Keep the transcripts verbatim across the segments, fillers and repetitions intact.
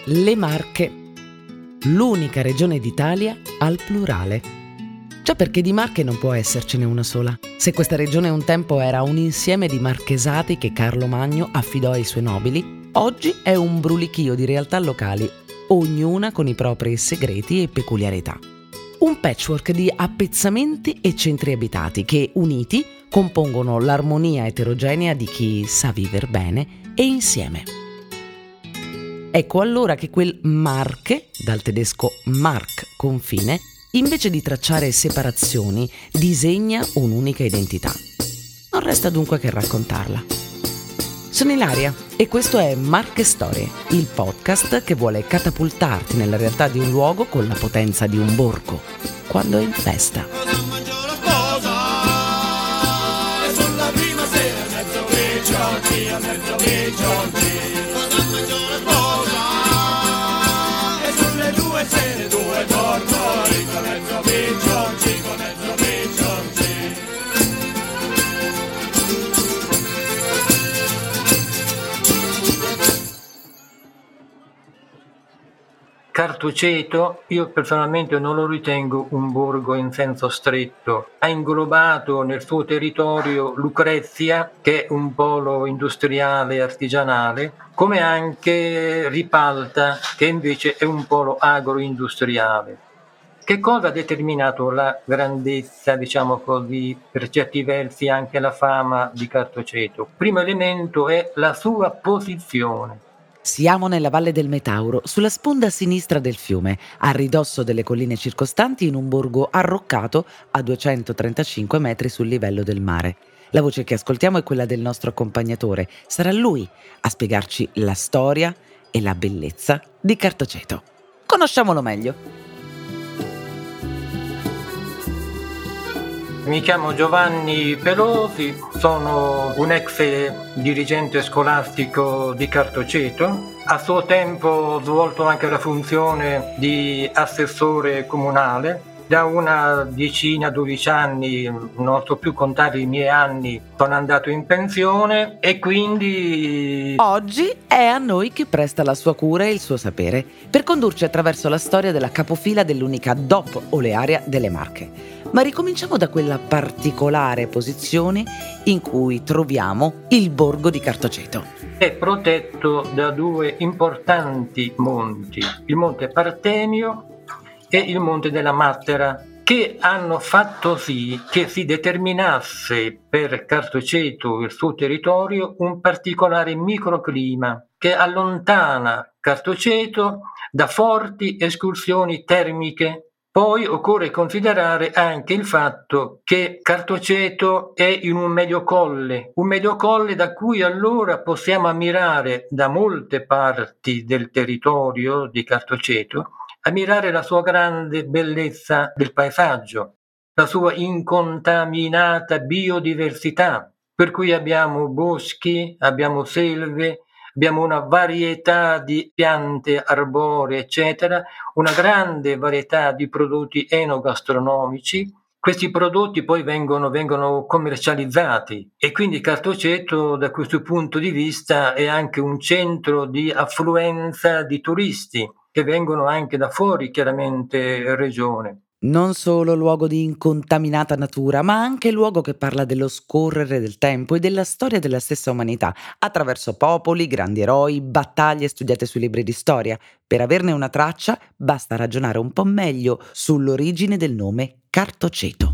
le Marche, l'unica regione d'Italia al plurale. Già perché di Marche non può essercene una sola. Se questa regione un tempo era un insieme di marchesati che Carlo Magno affidò ai suoi nobili, oggi è un brulichio di realtà locali, ognuna con i propri segreti e peculiarità. Un patchwork di appezzamenti e centri abitati che, uniti, compongono l'armonia eterogenea di chi sa viver bene e insieme. Ecco allora che quel Marche, dal tedesco Mark, confine, invece di tracciare separazioni, disegna un'unica identità. Non resta dunque che raccontarla. Sono Ilaria e questo è Marche Storie, il podcast che vuole catapultarti nella realtà di un luogo con la potenza di un borgo, quando è in festa. Cartoceto, io personalmente non lo ritengo un borgo in senso stretto. Ha inglobato nel suo territorio Lucrezia, che è un polo industriale e artigianale, come anche Ripalta, che invece è un polo agroindustriale. Che cosa ha determinato la grandezza, diciamo così, per certi versi anche la fama di Cartoceto? Primo elemento è la sua posizione. Siamo nella Valle del Metauro, sulla sponda sinistra del fiume, a ridosso delle colline circostanti in un borgo arroccato a duecentotrentacinque metri sul livello del mare. La voce che ascoltiamo è quella del nostro accompagnatore. Sarà lui a spiegarci la storia e la bellezza di Cartoceto. Conosciamolo meglio. Mi chiamo Giovanni Pelosi, sono un ex dirigente scolastico di Cartoceto. A suo tempo ho svolto anche la funzione di assessore comunale. Da una decina, dodici anni, non so più contare i miei anni, sono andato in pensione e quindi... Oggi è a noi che presta la sua cura e il suo sapere per condurci attraverso la storia della capofila dell'unica D O P olearia delle Marche. Ma ricominciamo da quella particolare posizione in cui troviamo il borgo di Cartoceto. È protetto da due importanti monti, il monte Partenio e il monte della Mattera, che hanno fatto sì che si determinasse per Cartoceto e il suo territorio un particolare microclima che allontana Cartoceto da forti escursioni termiche. Poi occorre considerare anche il fatto che Cartoceto è in un medio colle, un medio colle da cui allora possiamo ammirare da molte parti del territorio di Cartoceto, ammirare la sua grande bellezza del paesaggio, la sua incontaminata biodiversità, per cui abbiamo boschi, abbiamo selve, abbiamo una varietà di piante arboree, eccetera, una grande varietà di prodotti enogastronomici. Questi prodotti poi vengono, vengono commercializzati e quindi Cartoceto da questo punto di vista è anche un centro di affluenza di turisti che vengono anche da fuori, chiaramente, regione. Non solo luogo di incontaminata natura, ma anche luogo che parla dello scorrere del tempo e della storia della stessa umanità, attraverso popoli, grandi eroi, battaglie studiate sui libri di storia. Per averne una traccia, basta ragionare un po' meglio sull'origine del nome Cartoceto.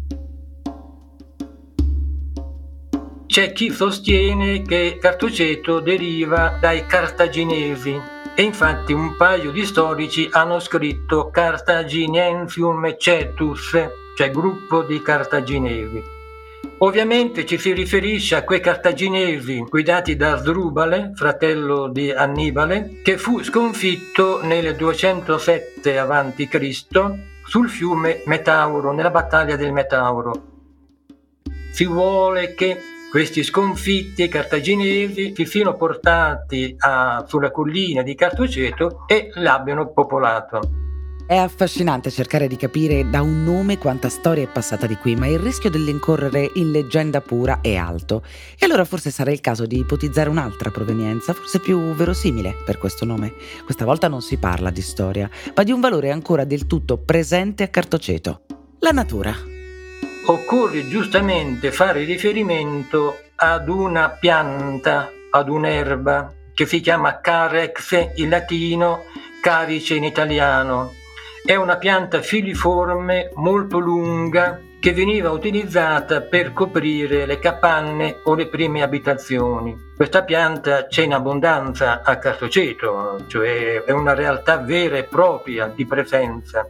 C'è chi sostiene che Cartoceto deriva dai cartaginesi. E infatti un paio di storici hanno scritto Cartaginensium Cetus, cioè gruppo di cartaginesi. Ovviamente ci si riferisce a quei cartaginesi guidati da Asdrubale, fratello di Annibale, che fu sconfitto nel duecentosette avanti Cristo sul fiume Metauro, nella battaglia del Metauro. Si vuole che questi sconfitti cartaginesi si siano portati a, sulla collina di Cartoceto e l'abbiano popolato. È affascinante cercare di capire da un nome quanta storia è passata di qui, ma il rischio dell'incorrere in leggenda pura è alto. E allora forse sarà il caso di ipotizzare un'altra provenienza, forse più verosimile per questo nome. Questa volta non si parla di storia, ma di un valore ancora del tutto presente a Cartoceto: la natura. Occorre giustamente fare riferimento ad una pianta, ad un'erba, che si chiama Carex in latino, carice in italiano. È una pianta filiforme molto lunga che veniva utilizzata per coprire le capanne o le prime abitazioni. Questa pianta c'è in abbondanza a Cartoceto, cioè è una realtà vera e propria di presenza.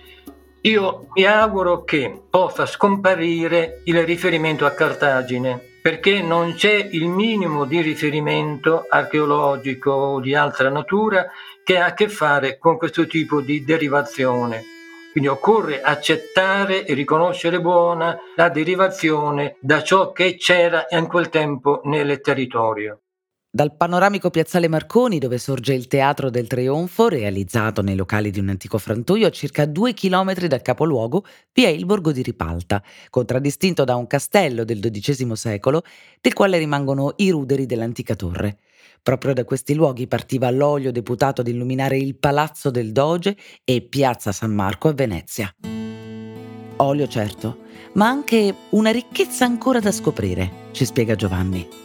Io mi auguro che possa scomparire il riferimento a Cartagine, perché non c'è il minimo di riferimento archeologico o di altra natura che ha a che fare con questo tipo di derivazione. Quindi occorre accettare e riconoscere buona la derivazione da ciò che c'era in quel tempo nel territorio. Dal panoramico piazzale Marconi, dove sorge il Teatro del Trionfo, realizzato nei locali di un antico frantoio a circa due chilometri dal capoluogo, vi è il borgo di Ripalta, contraddistinto da un castello del dodicesimo secolo, del quale rimangono i ruderi dell'antica torre. Proprio da questi luoghi partiva l'olio deputato ad illuminare il Palazzo del Doge e Piazza San Marco a Venezia. Olio certo, ma anche una ricchezza ancora da scoprire, ci spiega Giovanni.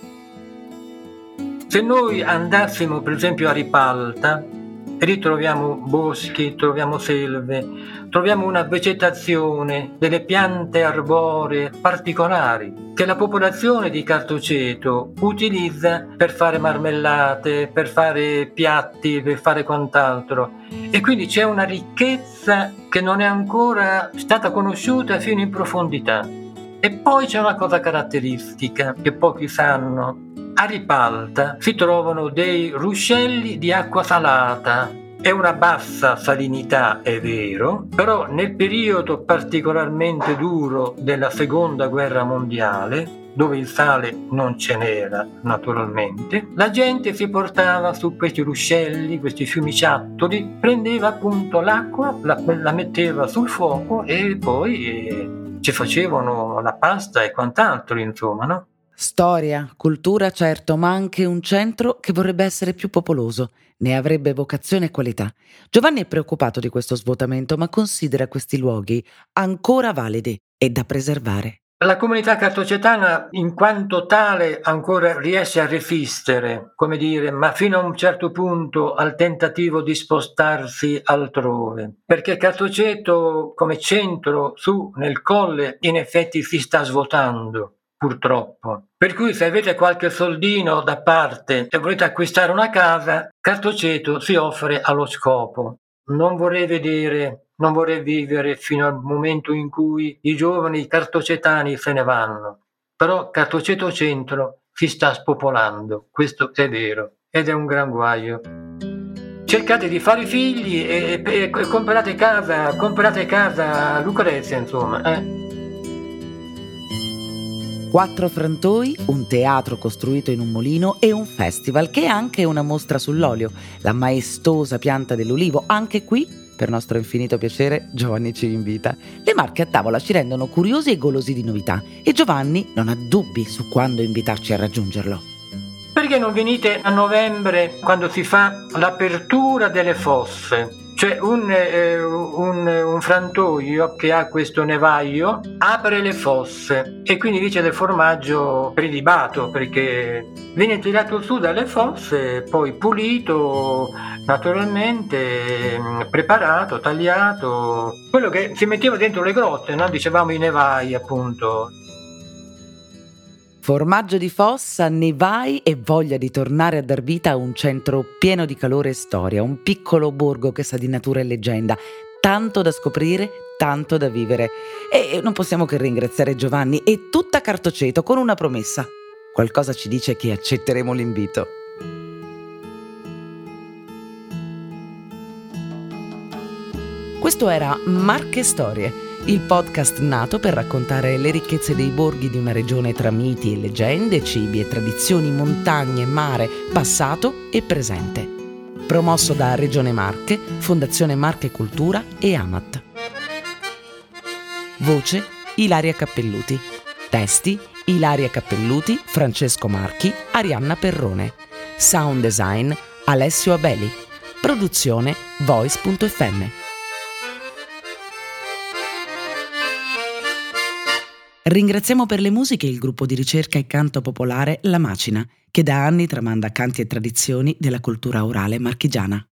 Se noi andassimo per esempio a Ripalta, ritroviamo boschi, troviamo selve, troviamo una vegetazione, delle piante arboree particolari che la popolazione di Cartoceto utilizza per fare marmellate, per fare piatti, per fare quant'altro. E quindi c'è una ricchezza che non è ancora stata conosciuta fino in profondità. E poi c'è una cosa caratteristica che pochi sanno. A Ripalta si trovano dei ruscelli di acqua salata. È una bassa salinità, è vero, però nel periodo particolarmente duro della Seconda Guerra Mondiale, dove il sale non ce n'era naturalmente, la gente si portava su questi ruscelli, questi fiumiciattoli, prendeva appunto l'acqua, la, la metteva sul fuoco e poi eh, ci facevano la pasta e quant'altro, insomma, no? Storia, cultura certo, ma anche un centro che vorrebbe essere più popoloso, ne avrebbe vocazione e qualità. Giovanni è preoccupato di questo svuotamento, ma considera questi luoghi ancora validi e da preservare. La comunità cartocetana in quanto tale ancora riesce a resistere, come dire, ma fino a un certo punto al tentativo di spostarsi altrove. Perché Cartoceto come centro su nel colle in effetti si sta svuotando. Purtroppo. Per cui se avete qualche soldino da parte e volete acquistare una casa, Cartoceto si offre allo scopo. Non vorrei vedere, non vorrei vivere fino al momento in cui i giovani cartocetani se ne vanno. Però Cartoceto Centro si sta spopolando, questo è vero, ed è un gran guaio. Cercate di fare figli e, e, e comprate casa, comprate casa a Lucrezia, insomma, eh. Quattro frantoi, un teatro costruito in un mulino e un festival che è anche una mostra sull'olio, la maestosa pianta dell'ulivo. Anche qui, per nostro infinito piacere, Giovanni ci invita. Le marche a tavola ci rendono curiosi e golosi di novità e Giovanni non ha dubbi su quando invitarci a raggiungerlo. Perché non venite a novembre quando si fa l'apertura delle fosse? Cioè un, eh, un, un frantoio che ha questo nevaio apre le fosse e quindi lì c'è del formaggio prelibato perché viene tirato su dalle fosse, poi pulito, naturalmente preparato, tagliato, quello che si metteva dentro le grotte, no? Dicevamo i nevai appunto. Formaggio di fossa, nevai e voglia di tornare a dar vita a un centro pieno di calore e storia, un piccolo borgo che sa di natura e leggenda, tanto da scoprire, tanto da vivere. E non possiamo che ringraziare Giovanni e tutta Cartoceto con una promessa. Qualcosa ci dice che accetteremo l'invito. Questo era Marche Storie, il podcast nato per raccontare le ricchezze dei borghi di una regione tra miti e leggende, cibi e tradizioni, montagne, mare, passato e presente. promosso da Regione Marche, Fondazione Marche Cultura e Amat. Voce Ilaria Cappelluti. Testi Ilaria Cappelluti, Francesco Marchi, Arianna Perrone. Sound design Alessio Abeli. Produzione voice punto effe emme. Ringraziamo per le musiche il gruppo di ricerca e canto popolare La Macina, che da anni tramanda canti e tradizioni della cultura orale marchigiana.